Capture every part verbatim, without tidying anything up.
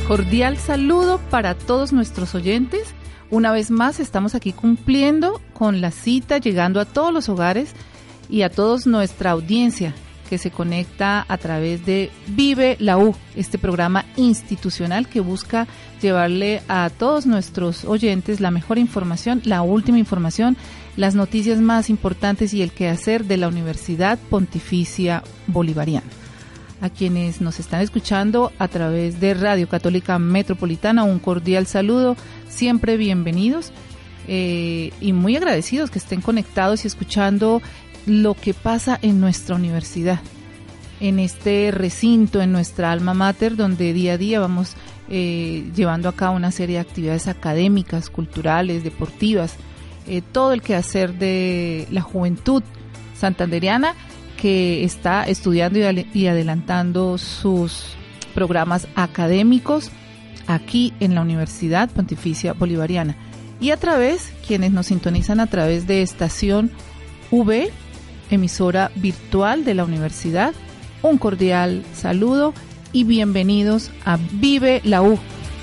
Cordial saludo para todos nuestros oyentes. Una vez más estamos aquí cumpliendo con la cita, llegando a todos los hogares y a toda nuestra audiencia que se conecta a través de Vive la U, este programa institucional que busca llevarle a todos nuestros oyentes la mejor información, la última información, las noticias más importantes y el quehacer de la Universidad Pontificia Bolivariana. A quienes nos están escuchando a través de Radio Católica Metropolitana, un cordial saludo, siempre bienvenidos eh, y muy agradecidos que estén conectados y escuchando lo que pasa en nuestra universidad, en este recinto, en nuestra alma mater, donde día a día vamos eh, llevando a cabo una serie de actividades académicas, culturales, deportivas, eh, todo el quehacer de la juventud santandereana que está estudiando y adelantando sus programas académicos aquí en la Universidad Pontificia Bolivariana. Y a través, quienes nos sintonizan a través de Estación V, emisora virtual de la universidad, un cordial saludo y bienvenidos a Vive la U.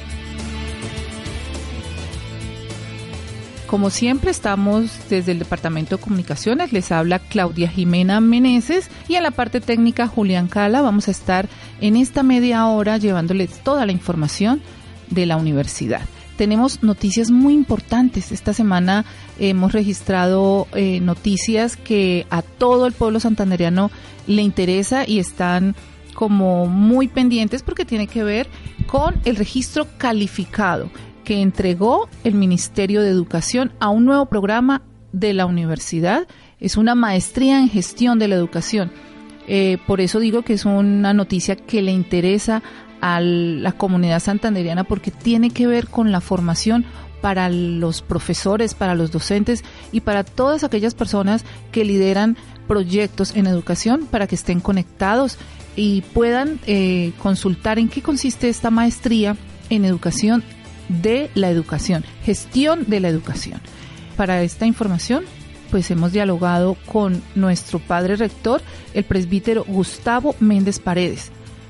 Como siempre estamos desde el Departamento de Comunicaciones, les habla Claudia Jimena Meneses y en la parte técnica Julián Cala. Vamos a estar en esta media hora llevándoles toda la información de la universidad. Tenemos noticias muy importantes. Esta semana hemos registrado eh, noticias que a todo el pueblo santandereano le interesa y están como muy pendientes porque tiene que ver con el registro calificado que entregó el Ministerio de Educación a un nuevo programa de la universidad. Es una maestría en gestión de la educación. Eh, por eso digo que es una noticia que le interesa a la comunidad santandereana porque tiene que ver con la formación para los profesores, para los docentes y para todas aquellas personas que lideran proyectos en educación para que estén conectados y puedan eh, consultar en qué consiste esta maestría en educación de la educación, gestión de la educación. Para esta información, pues hemos dialogado con nuestro padre rector, el presbítero Gustavo Méndez Paredes,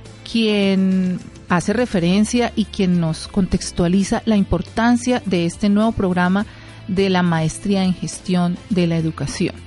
quien hace referencia y quien nos contextualiza la importancia de este nuevo programa de la maestría en gestión de la educación.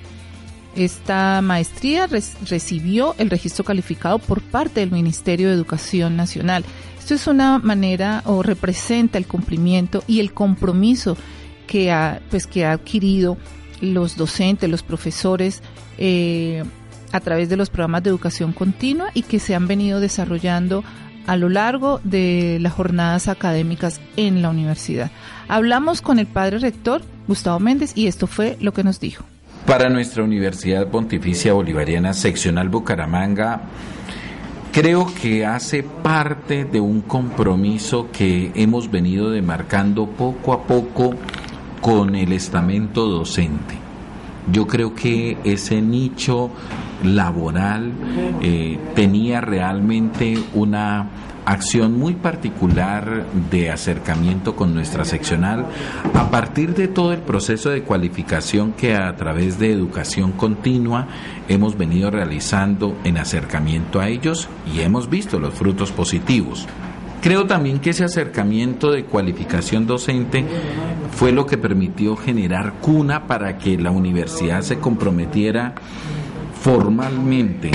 Esta maestría res- recibió el registro calificado por parte del Ministerio de Educación Nacional. Esto es una manera o representa el cumplimiento y el compromiso que ha, pues, que ha adquirido los docentes, los profesores eh, a través de los programas de educación continua y que se han venido desarrollando a lo largo de las jornadas académicas en la universidad. Hablamos con el padre rector, Gustavo Méndez, y esto fue lo que nos dijo. Para nuestra Universidad Pontificia Bolivariana Seccional Bucaramanga, creo que hace parte de un compromiso que hemos venido demarcando poco a poco con el estamento docente. Yo creo que ese nicho laboral eh, tenía realmente una acción muy particular de acercamiento con nuestra seccional a partir de todo el proceso de cualificación que a través de educación continua hemos venido realizando en acercamiento a ellos y hemos visto los frutos positivos. Creo también que ese acercamiento de cualificación docente fue lo que permitió generar cuna para que la universidad se comprometiera formalmente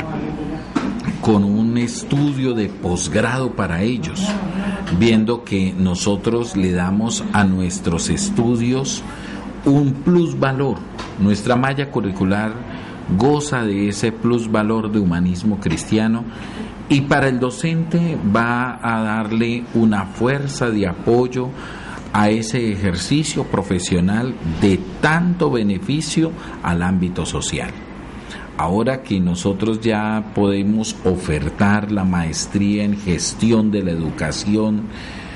con un estudio de posgrado para ellos, viendo que nosotros le damos a nuestros estudios un plusvalor. Nuestra malla curricular goza de ese plusvalor de humanismo cristiano y para el docente va a darle una fuerza de apoyo a ese ejercicio profesional de tanto beneficio al ámbito social. Ahora que nosotros ya podemos ofertar la maestría en gestión de la educación,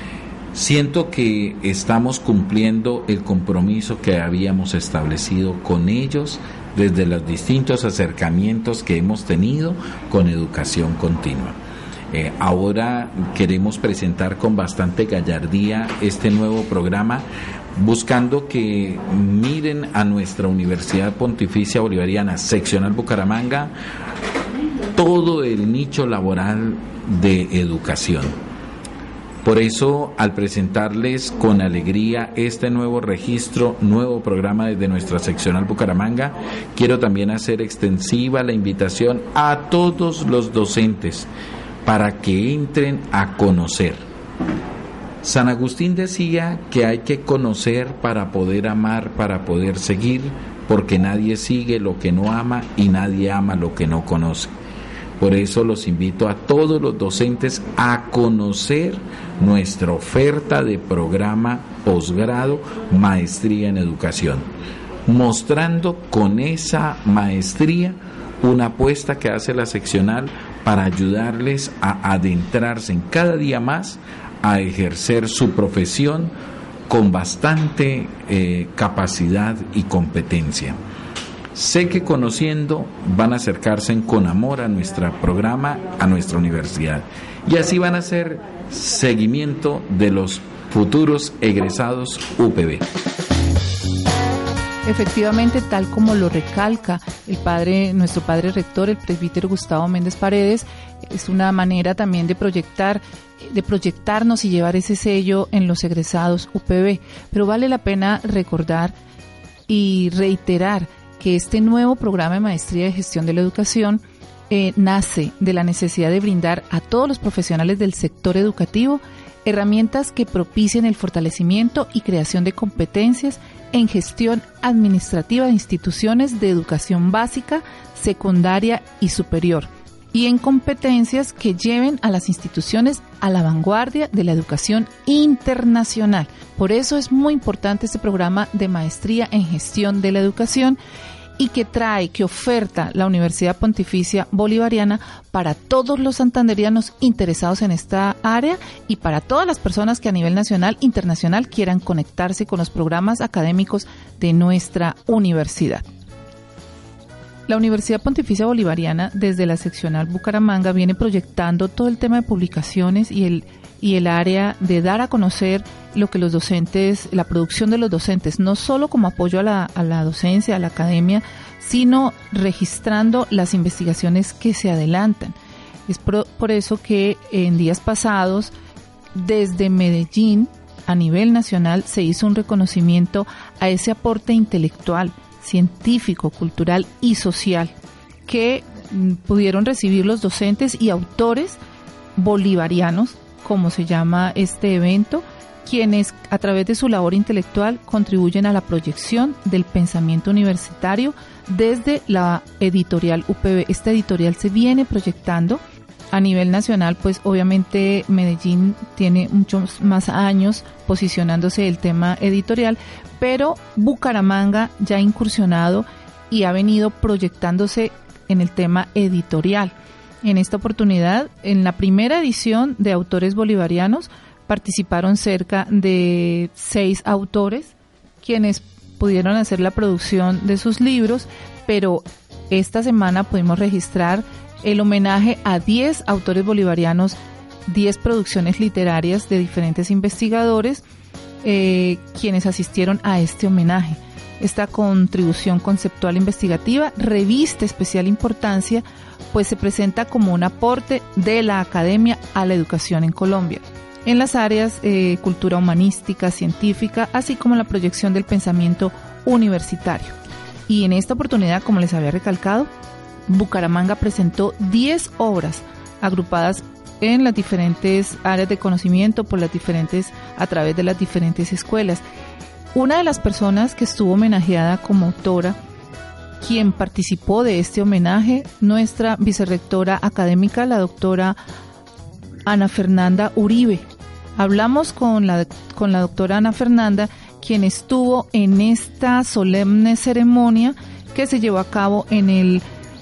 siento que estamos cumpliendo el compromiso que habíamos establecido con ellos desde los distintos acercamientos que hemos tenido con educación continua. Eh, ahora queremos presentar con bastante gallardía este nuevo programa, buscando que miren a nuestra Universidad Pontificia Bolivariana Seccional Bucaramanga todo el nicho laboral de educación. Por eso, al presentarles con alegría este nuevo registro, nuevo programa desde nuestra seccional Bucaramanga, quiero también hacer extensiva la invitación a todos los docentes para que entren a conocer. San Agustín decía que hay que conocer para poder amar, para poder seguir, porque nadie sigue lo que no ama y nadie ama lo que no conoce. Por eso los invito a todos los docentes a conocer nuestra oferta de programa posgrado Maestría en Educación, mostrando con esa maestría una apuesta que hace la seccional para ayudarles a adentrarse en cada día más a ejercer su profesión con bastante eh, capacidad y competencia. Sé que conociendo van a acercarse con amor a nuestro programa, a nuestra universidad, y así van a hacer seguimiento de los futuros egresados U P B. Efectivamente, tal como lo recalca el padre, nuestro padre rector, el presbítero Gustavo Méndez Paredes, es una manera también de proyectar, de proyectarnos y llevar ese sello en los egresados U P B. Pero vale la pena recordar y reiterar que este nuevo programa de Maestría de Gestión de la Educación eh, nace de la necesidad de brindar a todos los profesionales del sector educativo herramientas que propicien el fortalecimiento y creación de competencias en gestión administrativa de instituciones de educación básica, secundaria y superior, y en competencias que lleven a las instituciones a la vanguardia de la educación internacional. Por eso es muy importante este programa de Maestría en Gestión de la Educación y que trae, que oferta la Universidad Pontificia Bolivariana para todos los santanderianos interesados en esta área y para todas las personas que a nivel nacional e internacional quieran conectarse con los programas académicos de nuestra universidad. La Universidad Pontificia Bolivariana, desde la seccional Bucaramanga, viene proyectando todo el tema de publicaciones y el y el área de dar a conocer lo que los docentes, la producción de los docentes, no solo como apoyo a la, a la docencia, a la academia, sino registrando las investigaciones que se adelantan. Es por, por eso que en días pasados, desde Medellín, a nivel nacional, se hizo un reconocimiento a ese aporte intelectual, científico, cultural y social que mm, pudieron recibir los docentes y autores bolivarianos, como se llama este evento, quienes a través de su labor intelectual contribuyen a la proyección del pensamiento universitario desde la editorial U P B. Esta editorial se viene proyectando a nivel nacional, pues obviamente Medellín tiene muchos más años posicionándose el tema editorial, pero Bucaramanga ya ha incursionado y ha venido proyectándose en el tema editorial. En esta oportunidad, en la primera edición de Autores Bolivarianos, participaron cerca de seis autores, quienes pudieron hacer la producción de sus libros, pero esta semana pudimos registrar el homenaje a diez autores bolivarianos, diez producciones literarias de diferentes investigadores, eh, quienes asistieron a este homenaje. Esta contribución conceptual investigativa reviste especial importancia, pues se presenta como un aporte de la academia a la educación en Colombia, en las áreas eh, cultura humanística, científica, así como la proyección del pensamiento universitario. Y en esta oportunidad, como les había recalcado, Bucaramanga presentó diez obras agrupadas en las diferentes áreas de conocimiento por las diferentes, a través de las diferentes escuelas. Una de las personas que estuvo homenajeada como autora, quien participó de este homenaje, nuestra vicerrectora académica, la doctora Ana Fernanda Uribe. Hablamos con la, con la doctora Ana Fernanda, quien estuvo en esta solemne ceremonia que se llevó a cabo en el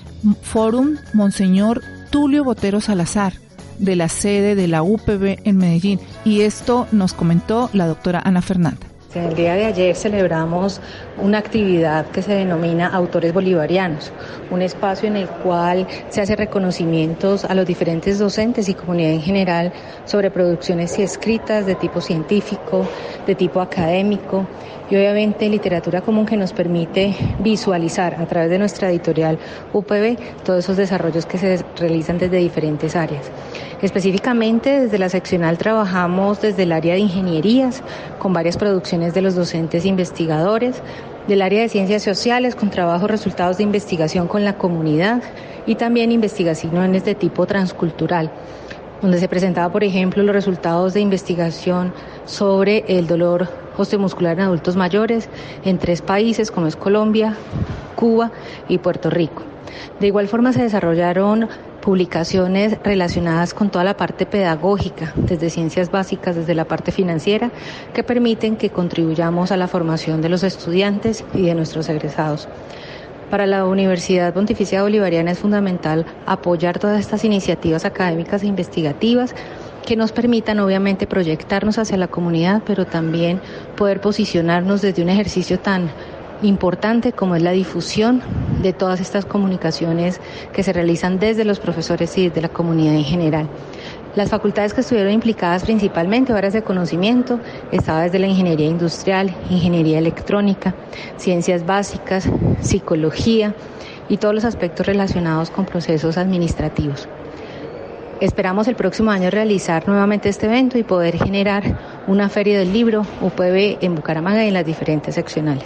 Fórum Monseñor Tulio Botero Salazar, de la sede de la U P B en Medellín. Y esto nos comentó la doctora Ana Fernanda. En el día de ayer celebramos una actividad que se denomina Autores Bolivarianos, un espacio en el cual se hace reconocimientos a los diferentes docentes y comunidad en general sobre producciones escritas de tipo científico, de tipo académico y obviamente literatura común que nos permite visualizar a través de nuestra editorial U P B todos esos desarrollos que se realizan desde diferentes áreas. Específicamente desde la seccional trabajamos desde el área de ingenierías con varias producciones de los docentes e investigadores, del área de ciencias sociales con trabajos resultados de investigación con la comunidad y también investigaciones de tipo transcultural, donde se presentaba, por ejemplo, los resultados de investigación sobre el dolor osteomuscular en adultos mayores en tres países como es Colombia, Cuba y Puerto Rico. De igual forma se desarrollaron publicaciones relacionadas con toda la parte pedagógica, desde ciencias básicas, desde la parte financiera, que permiten que contribuyamos a la formación de los estudiantes y de nuestros egresados. Para la Universidad Pontificia Bolivariana es fundamental apoyar todas estas iniciativas académicas e investigativas que nos permitan obviamente proyectarnos hacia la comunidad, pero también poder posicionarnos desde un ejercicio tan importante como es la difusión de todas estas comunicaciones que se realizan desde los profesores y desde la comunidad en general. Las facultades que estuvieron implicadas principalmente, áreas de conocimiento, estaba desde la ingeniería industrial, ingeniería electrónica, ciencias básicas, psicología y todos los aspectos relacionados con procesos administrativos. Esperamos el próximo año realizar nuevamente este evento y poder generar una feria del libro U P B en Bucaramanga y en las diferentes seccionales.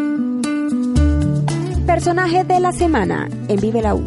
Personaje de la semana en Vive la U.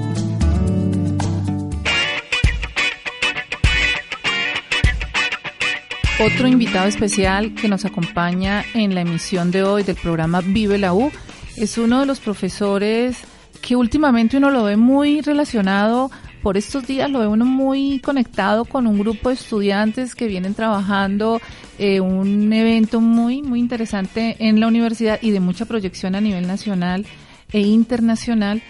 Otro invitado especial que nos acompaña en la emisión de hoy del programa Vive la U es uno de los profesores que últimamente uno lo ve muy relacionado, por estos días lo ve uno muy conectado con un grupo de estudiantes que vienen trabajando eh, un evento muy, muy interesante en la universidad y de mucha proyección a nivel nacional e internacional.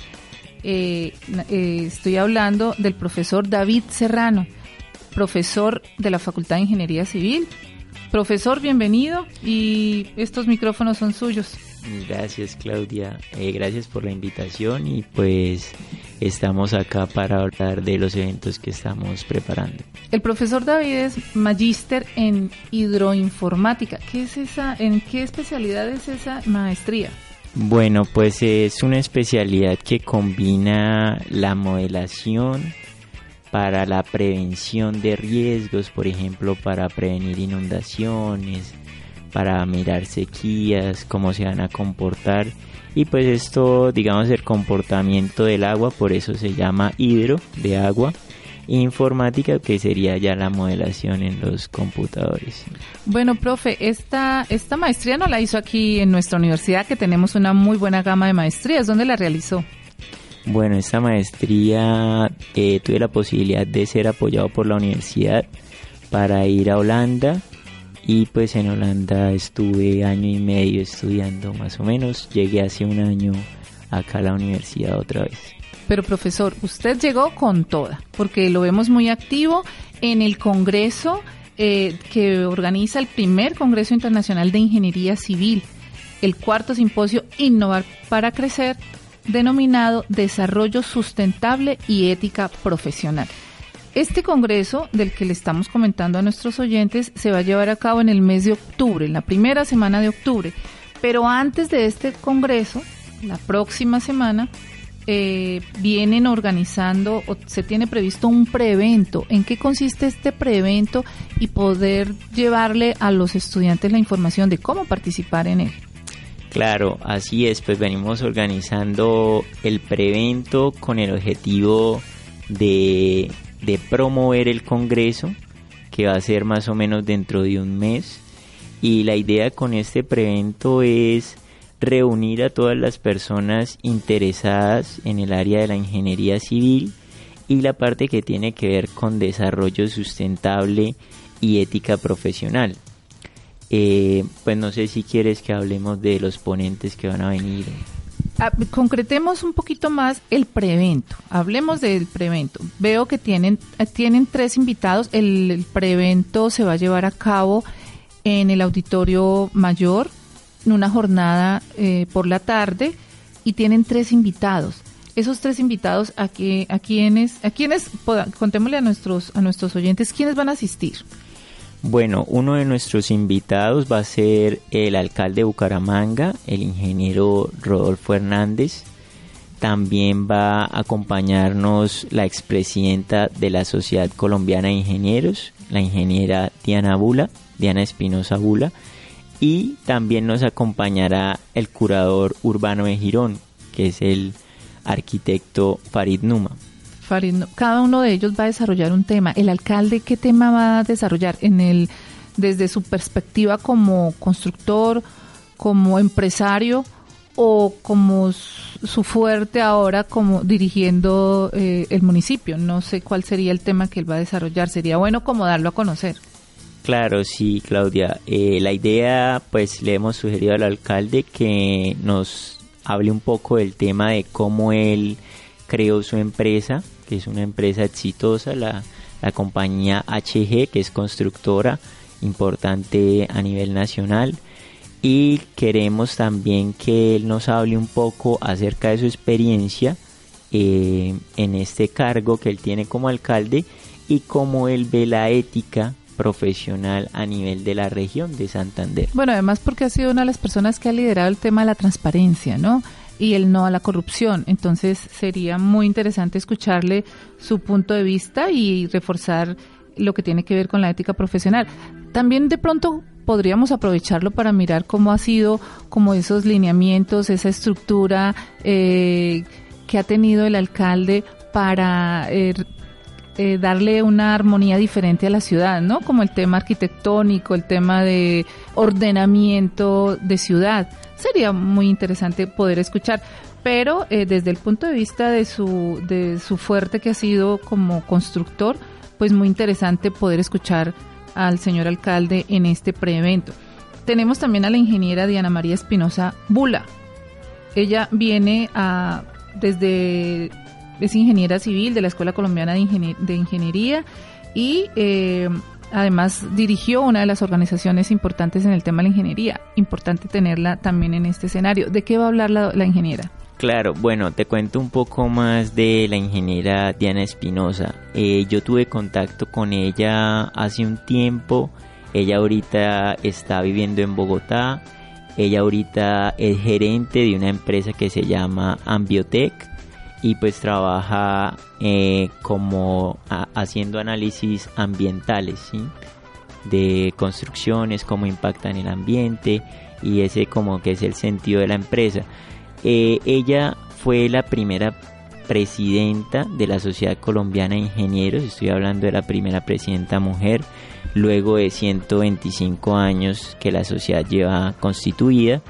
Eh, eh, estoy hablando del profesor David Serrano, profesor de la Facultad de Ingeniería Civil. Profesor, bienvenido y estos micrófonos son suyos. Gracias, Claudia, eh, gracias por la invitación y pues estamos acá para hablar de los eventos que estamos preparando. El profesor David es magíster en hidroinformática. ¿Qué es esa? ¿En qué especialidad es esa maestría? Bueno, pues es una especialidad que combina la modelación para la prevención de riesgos, por ejemplo, para prevenir inundaciones, para mirar sequías, cómo se van a comportar, y pues esto, digamos, el comportamiento del agua, por eso se llama hidro, de agua, informática, que sería ya la modelación en los computadores. Bueno, profe, esta, esta maestría no la hizo aquí en nuestra universidad, que tenemos una muy buena gama de maestrías. ¿Dónde la realizó? Bueno, esta maestría eh, tuve la posibilidad de ser apoyado por la universidad para ir a Holanda y pues en Holanda estuve año y medio estudiando más o menos. Llegué hace un año acá a la universidad otra vez. Pero profesor, usted llegó con toda, porque lo vemos muy activo en el congreso eh, que organiza el primer Congreso Internacional de Ingeniería Civil, el cuarto simposio Innovar para Crecer, denominado Desarrollo Sustentable y Ética Profesional. Este congreso, del que le estamos comentando a nuestros oyentes, se va a llevar a cabo en el mes de octubre, en la primera semana de octubre. Pero antes de este congreso, la próxima semana, eh, vienen organizando, o se tiene previsto un preevento. ¿En qué consiste este preevento y poder llevarle a los estudiantes la información de cómo participar en él? Claro, así es, pues venimos organizando el preevento con el objetivo de, de promover el congreso, que va a ser más o menos dentro de un mes, y la idea con este preevento es reunir a todas las personas interesadas en el área de la ingeniería civil y la parte que tiene que ver con desarrollo sustentable y ética profesional. Eh, pues no sé si quieres que hablemos de los ponentes que van a venir. Ah, concretemos un poquito más el preevento. Hablemos del preevento. Veo que tienen, tienen tres invitados. El, el preevento se va a llevar a cabo en el Auditorio Mayor, en una jornada eh, por la tarde, y tienen tres invitados. Esos tres invitados, ¿a, qué, a quiénes, a quiénes, contémosle a nuestros, a nuestros oyentes, quiénes van a asistir? Bueno, uno de nuestros invitados va a ser el alcalde de Bucaramanga, el ingeniero Rodolfo Hernández. También va a acompañarnos la expresidenta de la Sociedad Colombiana de Ingenieros, la ingeniera Diana Bula, Diana Espinosa Bula, y también nos acompañará el curador urbano de Girón, que es el arquitecto Farid Numa. Farid, cada uno de ellos va a desarrollar un tema. ¿El alcalde qué tema va a desarrollar en el desde su perspectiva como constructor, como empresario o como su fuerte ahora como dirigiendo eh, el municipio? No sé cuál sería el tema que él va a desarrollar. Sería bueno como darlo a conocer. Claro, sí, Claudia. Eh, la idea, pues le hemos sugerido al alcalde que nos hable un poco del tema de cómo él creó su empresa, que es una empresa exitosa, la, la compañía H G, que es constructora importante a nivel nacional. Y queremos también que él nos hable un poco acerca de su experiencia eh, en este cargo que él tiene como alcalde y cómo él ve la ética profesional a nivel de la región de Santander. Bueno, además porque ha sido una de las personas que ha liderado el tema de la transparencia, ¿no? Y el no a la corrupción. Entonces sería muy interesante escucharle su punto de vista y reforzar lo que tiene que ver con la ética profesional. También de pronto podríamos aprovecharlo para mirar cómo ha sido, como esos lineamientos, esa estructura eh, que ha tenido el alcalde para eh, eh, darle una armonía diferente a la ciudad, ¿no? Como el tema arquitectónico, el tema de ordenamiento de ciudad. Sería muy interesante poder escuchar, pero eh, desde el punto de vista de su de su fuerte que ha sido como constructor, pues muy interesante poder escuchar al señor alcalde en este preevento. Tenemos también a la ingeniera Diana María Espinosa Bula. Ella viene a desde es ingeniera civil de la Escuela Colombiana de, Ingenier, de Ingeniería y eh, además dirigió una de las organizaciones importantes en el tema de la ingeniería. Importante tenerla también en este escenario. ¿De qué va a hablar la, la ingeniera? Claro, bueno, te cuento un poco más de la ingeniera Diana Espinosa. Eh, yo tuve contacto con ella hace un tiempo. Ella ahorita está viviendo en Bogotá. Ella ahorita es gerente de una empresa que se llama Ambiotech y pues trabaja eh, como a, haciendo análisis ambientales, ¿sí? De construcciones, cómo impactan el ambiente y ese como que es el sentido de la empresa. Eh, ella fue la primera presidenta de la Sociedad Colombiana de Ingenieros, estoy hablando de la primera presidenta mujer, luego de ciento veinticinco años que la sociedad lleva constituida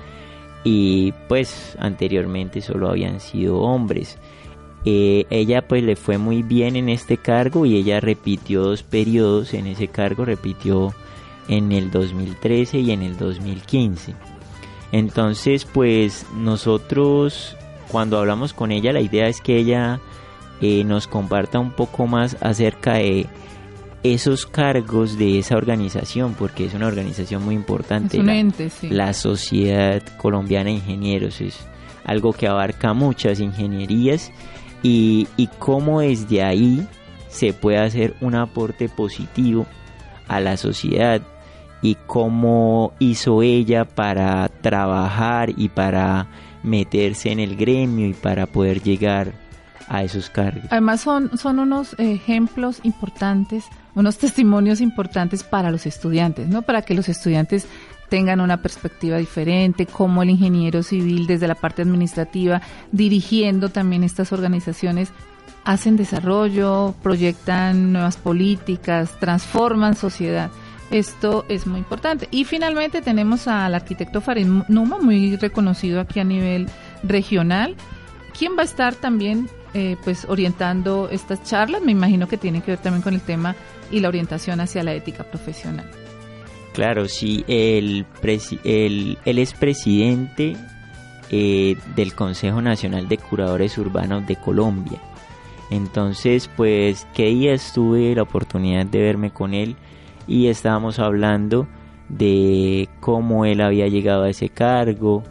y pues anteriormente solo habían sido hombres. Eh, ella pues le fue muy bien en este cargo y ella repitió dos periodos en ese cargo, repitió en el dos mil trece y en el dos mil quince. Entonces, pues nosotros cuando hablamos con ella, la idea es que ella eh, nos comparta un poco más acerca de esos cargos de esa organización, porque es una organización muy importante. Es un la, ente, sí. La Sociedad Colombiana de Ingenieros es algo que abarca muchas ingenierías y, y cómo desde ahí se puede hacer un aporte positivo a la sociedad. Y cómo hizo ella para trabajar y para meterse en el gremio y para poder llegar a esos cargos. Además son, son unos ejemplos importantes, unos testimonios importantes para los estudiantes, ¿no? Para que los estudiantes tengan una perspectiva diferente, como el ingeniero civil desde la parte administrativa, dirigiendo también estas organizaciones, hacen desarrollo, proyectan nuevas políticas, transforman sociedad. Esto es muy importante. Y finalmente tenemos al arquitecto Farid Numa, muy reconocido aquí a nivel regional, quien va a estar también eh, pues orientando estas charlas. Me imagino que tienen que ver también con el tema y la orientación hacia la ética profesional. Claro, sí, el presi- el, él es presidente eh, del Consejo Nacional de Curadores Urbanos de Colombia. Entonces, pues, qué día tuve la oportunidad de verme con él y estábamos hablando de cómo él había llegado a ese cargo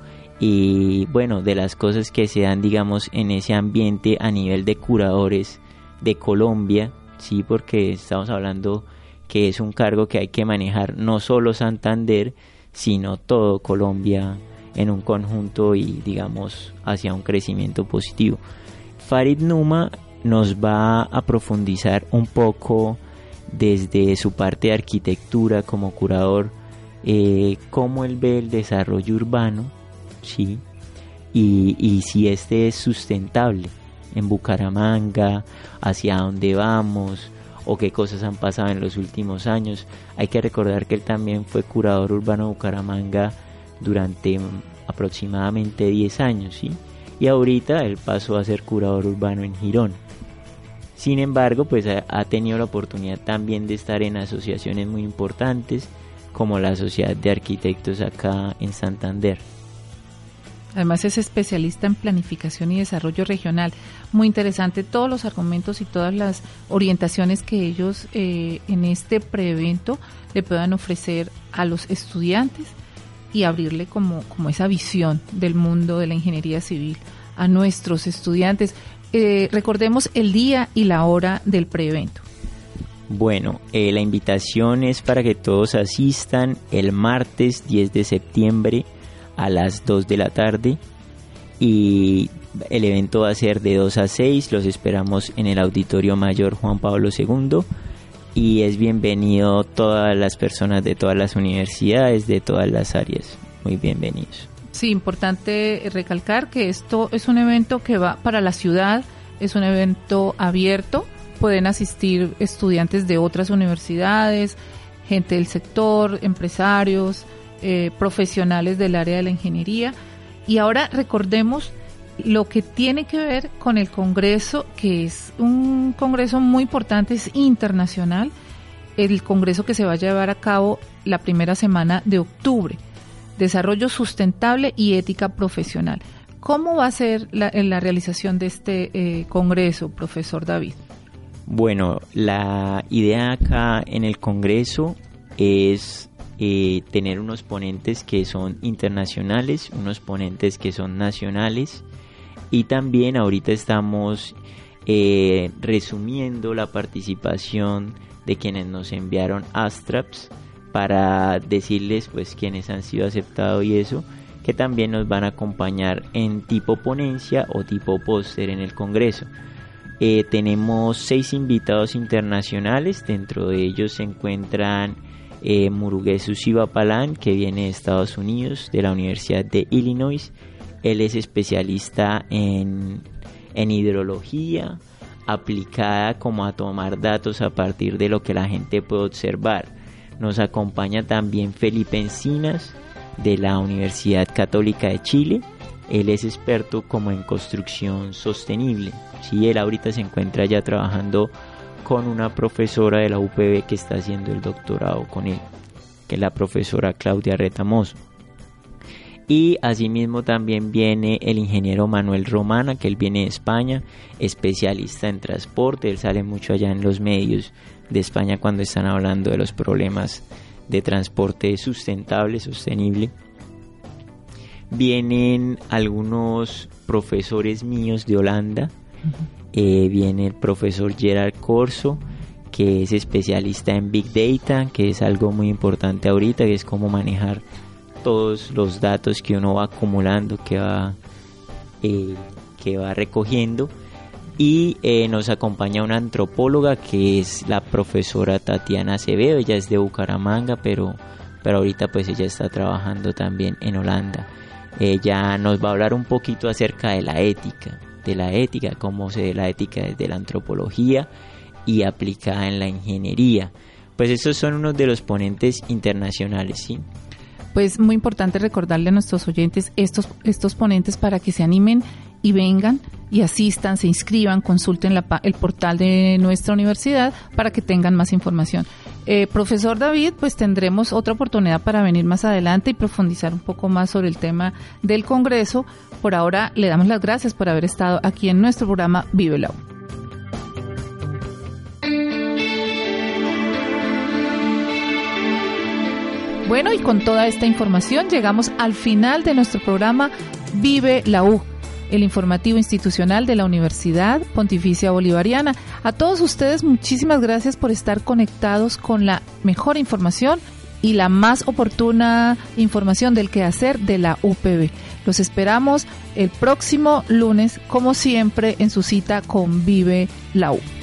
y bueno, de las cosas que se dan, digamos, en ese ambiente a nivel de curadores de Colombia, sí, porque estamos hablando que es un cargo que hay que manejar no solo Santander, sino todo Colombia en un conjunto y digamos hacia un crecimiento positivo. Farid Numa nos va a profundizar un poco desde su parte de arquitectura como curador, eh, cómo él ve el desarrollo urbano, ¿sí? y, y si este es sustentable en Bucaramanga, hacia dónde vamos o qué cosas han pasado en los últimos años. Hay que recordar que él también fue curador urbano de Bucaramanga durante aproximadamente diez años, ¿sí? Y ahorita él pasó a ser curador urbano en Girón. Sin embargo, pues ha, ha tenido la oportunidad también de estar en asociaciones muy importantes como la Sociedad de Arquitectos acá en Santander. Además es especialista en planificación y desarrollo regional. Muy interesante todos los argumentos y todas las orientaciones que ellos eh, en este preevento le puedan ofrecer a los estudiantes y abrirle como, como esa visión del mundo de la ingeniería civil a nuestros estudiantes. Eh, recordemos el día y la hora del preevento. Bueno, eh, la invitación es para que todos asistan el martes diez de septiembre a las dos de la tarde y el evento va a ser de dos a seis. Los esperamos en el Auditorio Mayor Juan Pablo segundo y es bienvenido todas las personas de todas las universidades, de todas las áreas. Muy bienvenidos. Sí, importante recalcar que esto es un evento que va para la ciudad, es un evento abierto, pueden asistir estudiantes de otras universidades, gente del sector, empresarios, eh, profesionales del área de la ingeniería. Y ahora recordemos lo que tiene que ver con el Congreso, que es un congreso muy importante, es internacional, el congreso que se va a llevar a cabo la primera semana de octubre. Desarrollo sustentable y ética profesional. ¿Cómo va a ser la, la realización de este eh, congreso, profesor David? Bueno, la idea acá en el congreso es eh, tener unos ponentes que son internacionales, unos ponentes que son nacionales y también ahorita estamos eh, resumiendo la participación de quienes nos enviaron abstracts para decirles pues quiénes han sido aceptados y eso, que también nos van a acompañar en tipo ponencia o tipo póster en el Congreso. Eh, tenemos seis invitados internacionales, dentro de ellos se encuentran eh, Murugesu Sivapalan, que viene de Estados Unidos, de la Universidad de Illinois. Él es especialista en, en hidrología, aplicada como a tomar datos a partir de lo que la gente puede observar. Nos acompaña también Felipe Encinas de la Universidad Católica de Chile. Él es experto como en construcción sostenible. Sí, él ahorita se encuentra ya trabajando con una profesora de la U P B que está haciendo el doctorado con él, que es la profesora Claudia Retamoso. Y asimismo también viene el ingeniero Manuel Romana, que él viene de España, especialista en transporte. Él sale mucho allá en los medios de España cuando están hablando de los problemas de transporte sustentable, sostenible. Vienen algunos profesores míos de Holanda. Uh-huh. eh, viene el profesor Gerard Corso, que es especialista en Big Data, que es algo muy importante ahorita, que es cómo manejar todos los datos que uno va acumulando, que va, eh, que va recogiendo. Y eh, nos acompaña una antropóloga que es la profesora Tatiana Acevedo. Ella es de Bucaramanga, pero, pero ahorita pues ella está trabajando también en Holanda. Ella nos va a hablar un poquito acerca de la ética, de la ética, cómo se ve la ética desde la antropología y aplicada en la ingeniería. Pues estos son unos de los ponentes internacionales, ¿sí? Pues muy importante recordarle a nuestros oyentes estos, estos ponentes para que se animen y vengan y asistan, se inscriban, consulten la, el portal de nuestra universidad para que tengan más información. Eh, profesor David, pues tendremos otra oportunidad para venir más adelante y profundizar un poco más sobre el tema del Congreso. Por ahora le damos las gracias por haber estado aquí en nuestro programa Vive la U. Bueno, y con toda esta información llegamos al final de nuestro programa Vive la U, el informativo institucional de la Universidad Pontificia Bolivariana. A todos ustedes, muchísimas gracias por estar conectados con la mejor información y la más oportuna información del quehacer de la U P B. Los esperamos el próximo lunes, como siempre, en su cita con Vive la U.